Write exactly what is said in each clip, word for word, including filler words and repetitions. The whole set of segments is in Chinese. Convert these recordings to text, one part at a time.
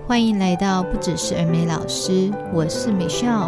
欢迎来到不只是儿美老师，我是 Michelle。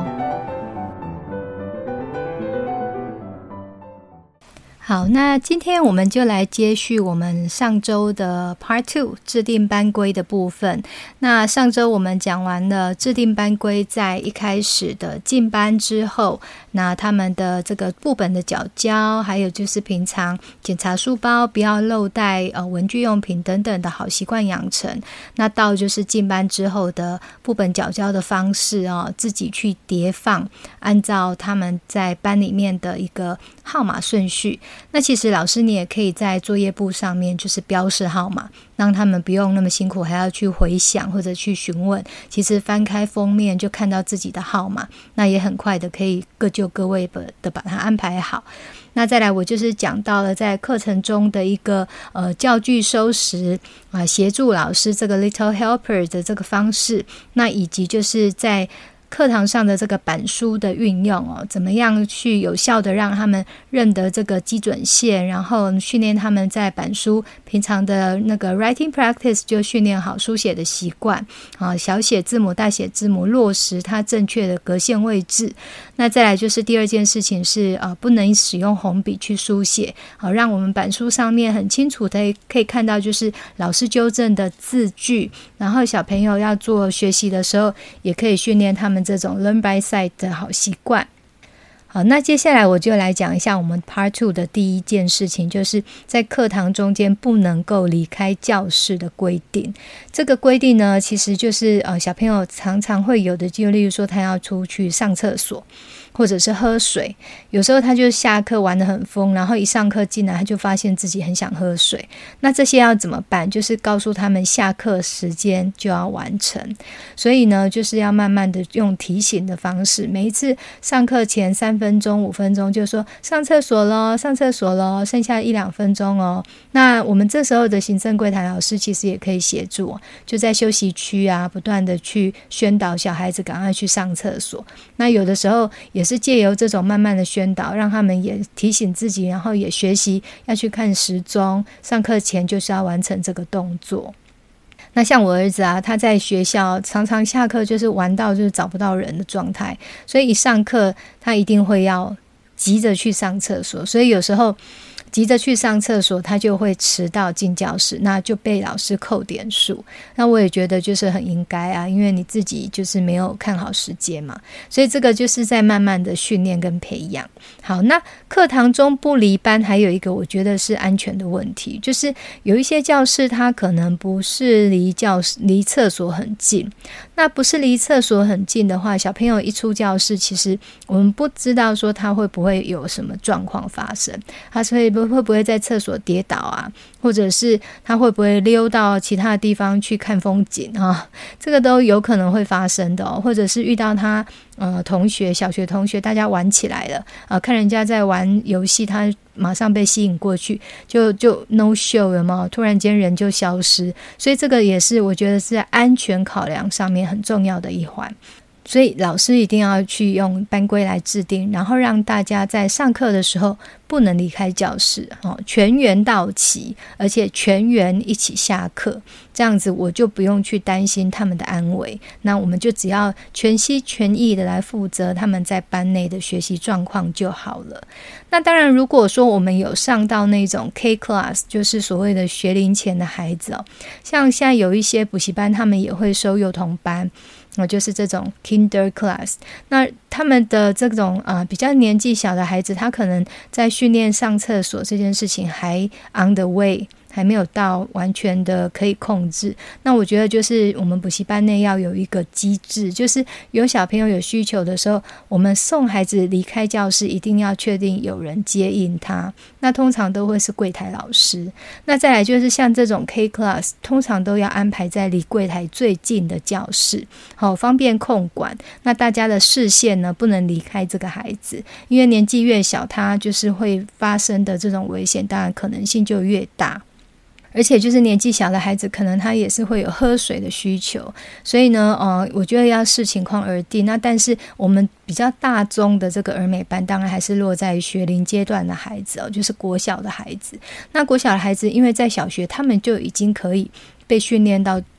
好，那今天我们就来接续我们上周的 Part 二 制定班规的部分。那上周我们讲完了制定班规在一开始的进班之后，那他们的这个部本的缴交，还有就是平常检查书包不要漏带呃文具用品等等的好习惯养成。那到就是进班之后的部本缴交的方式哦，自己去叠放，按照他们在班里面的一个号码顺序。那其实老师你也可以在作业簿上面就是标示号码，让他们不用那么辛苦还要去回想或者去询问，其实翻开封面就看到自己的号码，那也很快的可以各就各位的把它安排好。那再来我就是讲到了在课程中的一个呃教具收拾啊、呃，协助老师这个 little helper 的这个方式，那以及就是在课堂上的这个板书的运用哦，怎么样去有效的让他们认得这个基准线，然后训练他们在板书平常的那个 writing practice 就训练好书写的习惯啊，小写字母大写字母落实它正确的格线位置。那再来就是第二件事情是呃不能使用红笔去书写，好让我们板书上面很清楚的可以看到就是老师纠正的字句，然后小朋友要做学习的时候也可以训练他们这种 learn by sight 的好习惯。好，那接下来我就来讲一下我们 Part 二 的第一件事情，就是在课堂中间不能够离开教室的规定。这个规定呢，其实就是呃小朋友常常会有的，就例如说他要出去上厕所，或者是喝水，有时候他就下课玩得很疯，然后一上课进来他就发现自己很想喝水。那这些要怎么办？就是告诉他们下课时间就要完成，所以呢就是要慢慢的用提醒的方式，每一次上课前三分钟五分钟就说上厕所咯上厕所咯，剩下一两分钟哦。那我们这时候的行政柜台老师其实也可以协助，就在休息区啊不断的去宣导小孩子赶快去上厕所。那有的时候也是借由这种慢慢的宣导，让他们也提醒自己，然后也学习要去看时钟，上课前就是要完成这个动作。那像我儿子啊，他在学校常常下课就是玩到就是找不到人的状态，所以一上课他一定会要急着去上厕所，所以有时候急着去上厕所他就会迟到进教室，那就被老师扣点数。那我也觉得就是很应该啊，因为你自己就是没有看好时间嘛，所以这个就是在慢慢的训练跟培养。好，那课堂中不离班还有一个我觉得是安全的问题，就是有一些教室它可能不是离教室离厕所很近，那不是离厕所很近的话，小朋友一出教室其实我们不知道说他会不会有什么状况发生，他会不会会不会在厕所跌倒啊，或者是他会不会溜到其他的地方去看风景啊，这个都有可能会发生的哦。或者是遇到他呃同学小学同学大家玩起来了啊，看人家在玩游戏，他马上被吸引过去，就就 no show 有没有？突然间人就消失，所以这个也是我觉得是在安全考量上面很重要的一环。所以老师一定要去用班规来制定，然后让大家在上课的时候不能离开教室，哦，全员到齐，而且全员一起下课，这样子我就不用去担心他们的安危，那我们就只要全心全意的来负责他们在班内的学习状况就好了。那当然如果说我们有上到那种 K class， 就是所谓的学龄前的孩子哦，像现在有一些补习班他们也会收幼童班，就是这种 kinder class， 那他们的这种、呃、比较年纪小的孩子，他可能在训练上厕所这件事情还 on the way，还没有到完全的可以控制。那我觉得就是我们补习班内要有一个机制，就是有小朋友有需求的时候，我们送孩子离开教室一定要确定有人接应他，那通常都会是柜台老师。那再来就是像这种 K class 通常都要安排在离柜台最近的教室，好方便控管，那大家的视线呢不能离开这个孩子，因为年纪越小他就是会发生的这种危险当然可能性就越大。而且就是年纪小的孩子可能他也是会有喝水的需求，所以呢呃，我觉得要视情况而定。那但是我们比较大宗的这个儿美班当然还是落在学龄阶段的孩子哦，就是国小的孩子。那国小的孩子因为在小学他们就已经可以被训练到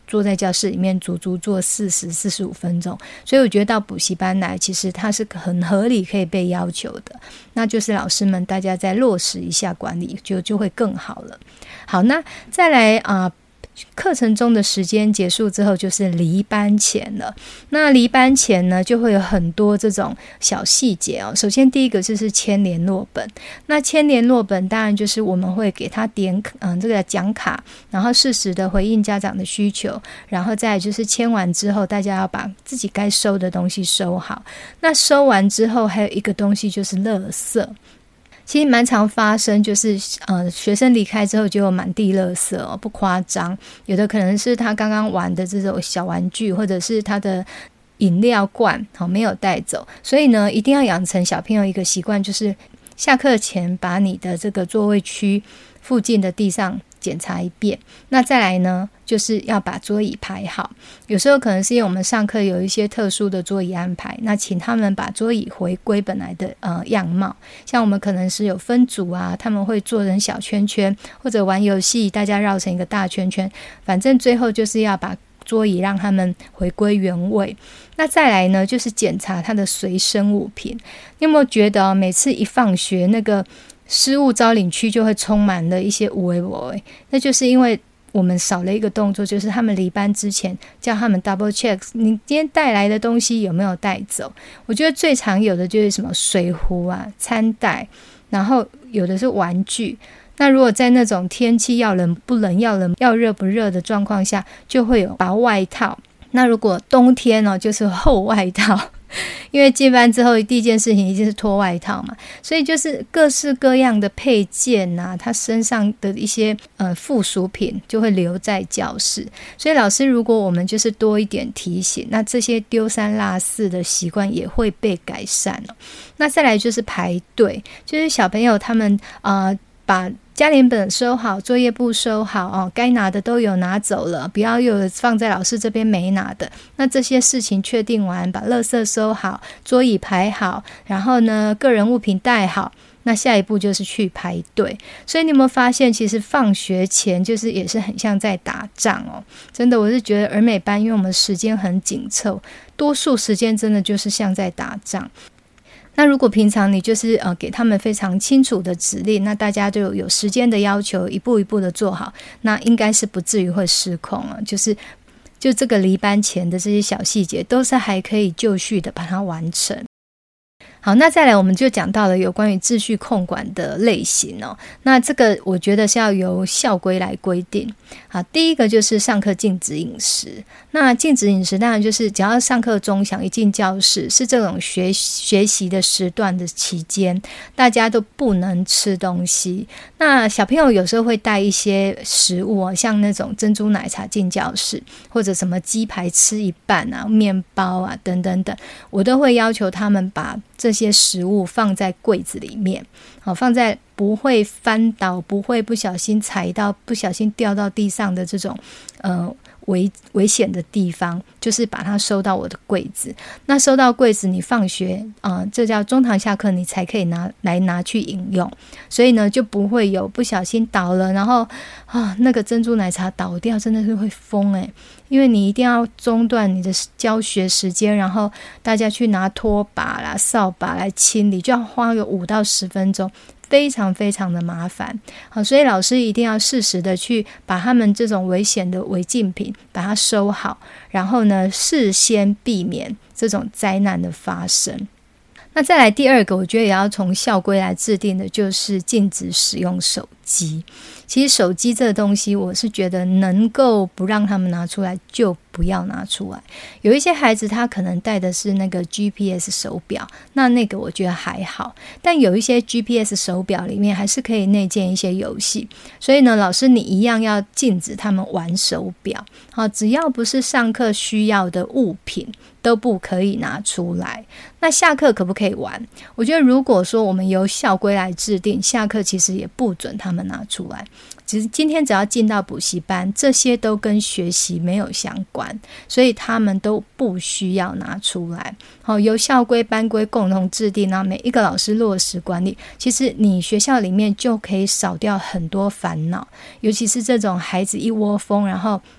坐在教室里面足足坐四十、四十五分钟，所以我觉得到补习班来，其实它是很合理可以被要求的。那就是老师们大家再落实一下管理，就就会更好了。好，那再来啊。呃课程中的时间结束之后就是离班前了，那离班前呢就会有很多这种小细节哦。首先第一个就是签联络本，那签联络本当然就是我们会给他点嗯这个奖卡，然后适时的回应家长的需求，然后再来就是签完之后大家要把自己该收的东西收好。那收完之后还有一个东西就是垃圾，其实蛮常发生，就是呃学生离开之后就有满地垃圾哦，不夸张。有的可能是他刚刚玩的这种小玩具，或者是他的饮料罐好没有带走，所以呢一定要养成小朋友一个习惯，就是下课前把你的这个座位区附近的地上检查一遍。那再来呢就是要把桌椅排好，有时候可能是因为我们上课有一些特殊的桌椅安排，那请他们把桌椅回归本来的呃样貌，像我们可能是有分组啊，他们会做成小圈圈，或者玩游戏大家绕成一个大圈圈，反正最后就是要把桌椅让他们回归原位。那再来呢就是检查他的随身物品。你有没有觉得、哦、每次一放学那个失物招领区就会充满了一些有的没的，那就是因为我们少了一个动作，就是他们离班之前叫他们 double check 你今天带来的东西有没有带走。我觉得最常有的就是什么水壶啊、餐袋，然后有的是玩具。那如果在那种天气要冷不冷、要冷要热不热的状况下，就会有薄外套。那如果冬天哦，就是厚外套，因为进班之后第一件事情一定是脱外套嘛，所以就是各式各样的配件啊，他身上的一些呃附属品就会留在教室。所以老师如果我们就是多一点提醒，那这些丢三落四的习惯也会被改善哦。那再来就是排队，就是小朋友他们呃把家联本收好，作业簿收好哦，该拿的都有拿走了，不要有放在老师这边没拿的。那这些事情确定完，把垃圾收好，桌椅排好，然后呢个人物品带好，那下一步就是去排队。所以你有没有发现其实放学前就是也是很像在打仗哦。真的我是觉得儿美班因为我们时间很紧凑，多数时间真的就是像在打仗。那如果平常你就是呃给他们非常清楚的指令，那大家就有时间的要求，一步一步的做好，那应该是不至于会失控了。就是就这个离班前的这些小细节都是还可以就绪的把它完成。好，那再来我们就讲到了有关于秩序控管的类型哦。那这个我觉得是要由校规来规定。好，第一个就是上课禁止饮食。那禁止饮食当然就是只要上课钟响一进教室，是这种学学习的时段的期间，大家都不能吃东西。那小朋友有时候会带一些食物、哦、像那种珍珠奶茶进教室，或者什么鸡排吃一半啊、面包啊等等等，我都会要求他们把这些食物放在柜子里面，好，放在不会翻倒、不会不小心踩到、不小心掉到地上的这种呃危危险的地方，就是把它收到我的柜子。那收到柜子，你放学啊、呃，这叫中堂下课，你才可以拿来拿去饮用。所以呢，就不会有不小心倒了，然后啊那个珍珠奶茶倒掉，真的是会疯诶、欸因为你一定要中断你的教学时间，然后大家去拿拖把啦、扫把来清理，就要花个五到十分钟，非常非常的麻烦。好，所以老师一定要适时的去把他们这种危险的违禁品把它收好，然后呢，事先避免这种灾难的发生。那再来第二个，我觉得也要从校规来制定的，就是禁止使用手机。其实手机这个东西，我是觉得能够不让他们拿出来就不要拿出来。有一些孩子他可能带的是那个 G P S 手表，那那个我觉得还好，但有一些 G P S 手表里面还是可以内建一些游戏，所以呢，老师你一样要禁止他们玩手表。好，只要不是上课需要的物品都不可以拿出来。那下课可不可以玩？我觉得如果说我们由校规来制定，下课其实也不准他们拿出来。只是今天只要进到补习班，这些都跟学习没有相关，所以他们都不需要拿出来。好，由校规班规共同制定，然后每一个老师落实管理，其实你学校里面就可以少掉很多烦恼。尤其是这种孩子一窝蜂，然后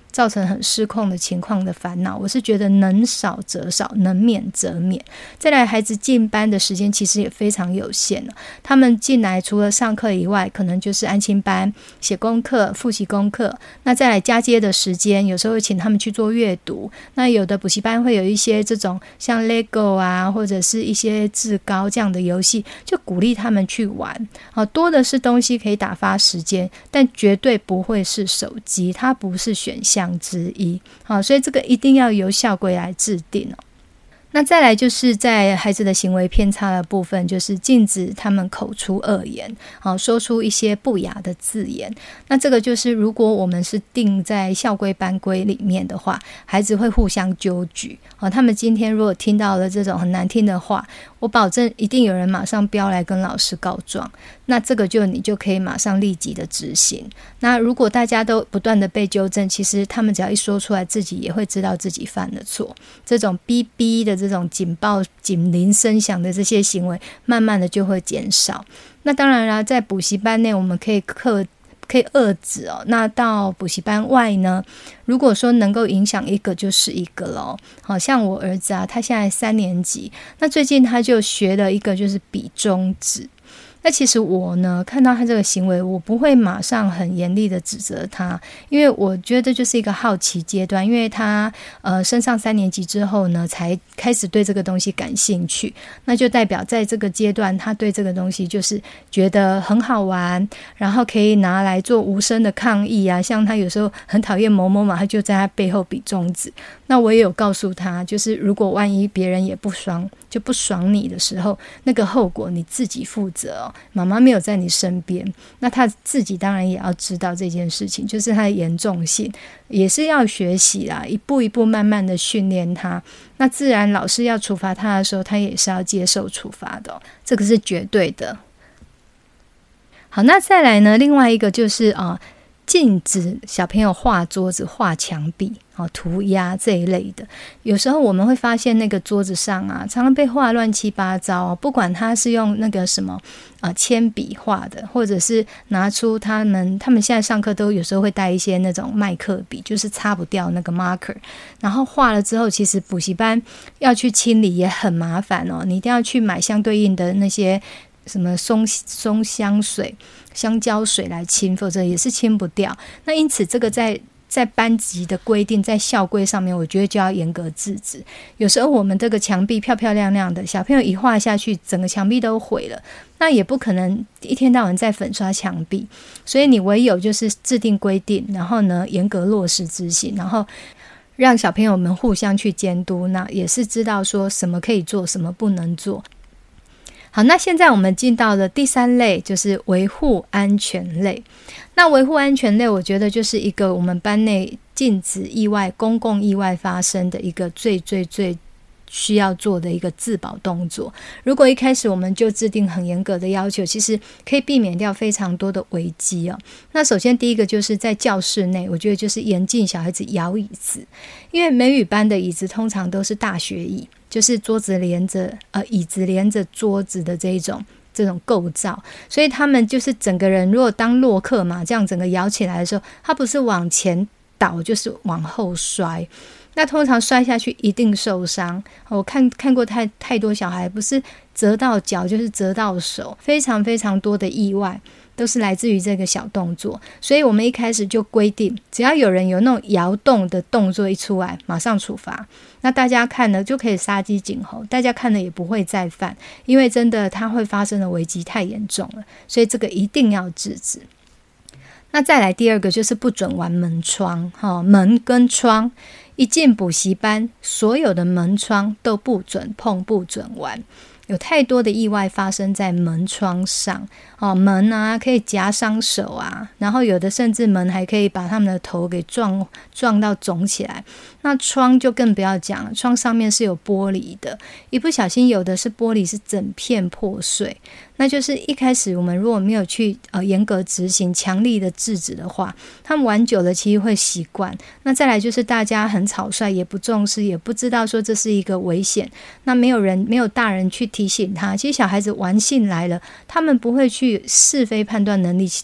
造成很失控的情况的烦恼，我是觉得能少则少，能免则免。再来，孩子进班的时间其实也非常有限了，他们进来除了上课以外，可能就是安亲班写功课复习功课，那再来加接的时间有时候会请他们去做阅读，那有的补习班会有一些这种像 Lego 啊或者是一些志高这样的游戏，就鼓励他们去玩，好，多的是东西可以打发时间，但绝对不会是手机，它不是选项之一，好，所以这个一定要由校规来制定哦。那再来就是在孩子的行为偏差的部分，就是禁止他们口出恶言，好，说出一些不雅的字眼。那这个就是如果我们是定在校规班规里面的话，孩子会互相纠举，好，他们今天如果听到了这种很难听的话，我保证一定有人马上飙来跟老师告状，那这个就你就可以马上立即的执行。那如果大家都不断的被纠正，其实他们只要一说出来，自己也会知道自己犯了错，这种哔哔的这种警报警铃声响的这些行为慢慢的就会减少。那当然啦，在补习班内我们可以克可以遏制哦。那到补习班外呢，如果说能够影响一个就是一个咯。好像我儿子啊，他现在三年级，那最近他就学了一个就是比中指。那其实我呢看到他这个行为，我不会马上很严厉的指责他，因为我觉得就是一个好奇阶段，因为他呃升上三年级之后呢才开始对这个东西感兴趣，那就代表在这个阶段他对这个东西就是觉得很好玩，然后可以拿来做无声的抗议啊，像他有时候很讨厌某某嘛，他就在他背后比中指。那我也有告诉他，就是如果万一别人也不爽就不爽你的时候，那个后果你自己负责哦，妈妈没有在你身边。那他自己当然也要知道这件事情，就是它的严重性，也是要学习啦，一步一步慢慢的训练他。那自然老师要处罚他的时候，他也是要接受处罚的哦，这个是绝对的。好，那再来呢，另外一个就是啊、呃，禁止小朋友画桌子、画墙壁、哦、涂鸦这一类的。有时候我们会发现那个桌子上啊，常常被画乱七八糟、哦，不管他是用那个什么啊铅笔画的，或者是拿出他们他们现在上课都有时候会带一些那种麦克笔，就是擦不掉那个 marker， 然后画了之后，其实补习班要去清理也很麻烦哦，你一定要去买相对应的那些什么松松香水、香蕉水来清，否则也是清不掉。那因此这个在在班级的规定，在校规上面，我觉得就要严格制止。有时候我们这个墙壁漂漂亮亮的，小朋友一画下去，整个墙壁都毁了，那也不可能一天到晚在粉刷墙壁，所以你唯有就是制定规定，然后呢严格落实执行，然后让小朋友们互相去监督，那也是知道说什么可以做，什么不能做。好，那现在我们进到了第三类，就是维护安全类。那维护安全类，我觉得就是一个我们班内禁止意外、公共意外发生的一个最最最需要做的一个自保动作。如果一开始我们就制定很严格的要求，其实可以避免掉非常多的危机哦。那首先第一个就是在教室内，我觉得就是严禁小孩子摇椅子，因为美语班的椅子通常都是大学椅，就是桌子连着呃椅子连着桌子的这一种这种构造，所以他们就是整个人如果当洛克嘛，这样整个摇起来的时候，他不是往前倒就是往后摔，那通常摔下去一定受伤。我看看过太太多小孩不是折到脚就是折到手，非常非常多的意外都是来自于这个小动作。所以我们一开始就规定，只要有人有那种摇动的动作一出来，马上处罚。那大家看了就可以杀鸡儆猴，大家看了也不会再犯，因为真的它会发生的危机太严重了，所以这个一定要制止。那再来第二个就是不准玩门窗、哦、门跟窗一进补习班，所有的门窗都不准碰不准玩，有太多的意外发生在门窗上、哦、门啊可以夹伤手啊，然后有的甚至门还可以把他们的头给撞撞到肿起来。那窗就更不要讲了，窗上面是有玻璃的，一不小心有的是玻璃是整片破碎。那就是一开始我们如果没有去呃严格执行、强力的制止的话，他们玩久了其实会习惯。那再来就是大家很草率，也不重视，也不知道说这是一个危险，那没有人没有大人去提醒他，其实小孩子玩性来了，他们不会去是非判断能力就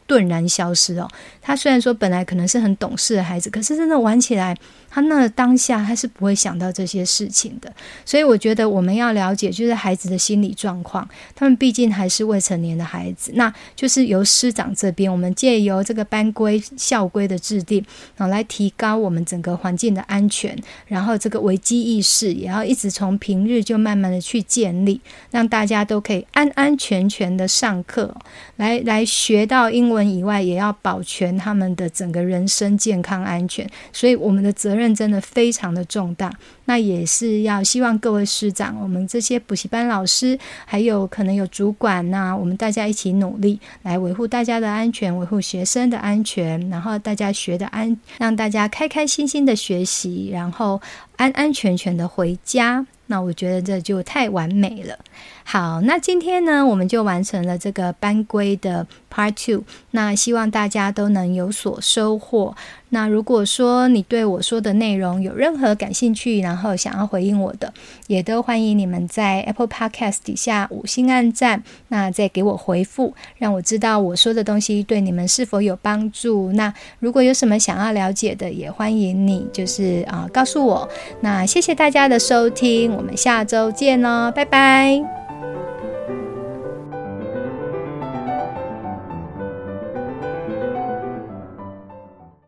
顿然消失哦。他虽然说本来可能是很懂事的孩子，可是真的玩起来，他那当下他是不会想到这些事情的。所以我觉得我们要了解就是孩子的心理状况，他们毕竟还是未成年的孩子，那就是由师长这边，我们借由这个班规校规的制定，然后来提高我们整个环境的安全，然后这个危机意识也要一直从平日就慢慢的去建立，让大家都可以安安全全的上课，来来学到英文以外，也要保全他们的整个人身健康安全。所以我们的责任真的非常的重大，那也是要希望各位师长，我们这些补习班老师，还有可能有主管啊，我们大家一起努力来维护大家的安全，维护学生的安全，然后大家学的安，让大家开开心心的学习，然后安安全全的回家。那我觉得这就太完美了。好，那今天呢，我们就完成了这个班规的 Part two， 那希望大家都能有所收获。那如果说你对我说的内容有任何感兴趣，然后想要回应我的，也都欢迎你们在 Apple Podcast 底下五星按赞，那再给我回复，让我知道我说的东西对你们是否有帮助。那如果有什么想要了解的，也欢迎你就是啊、呃、告诉我。那谢谢大家的收听，我们下周见咯，拜拜。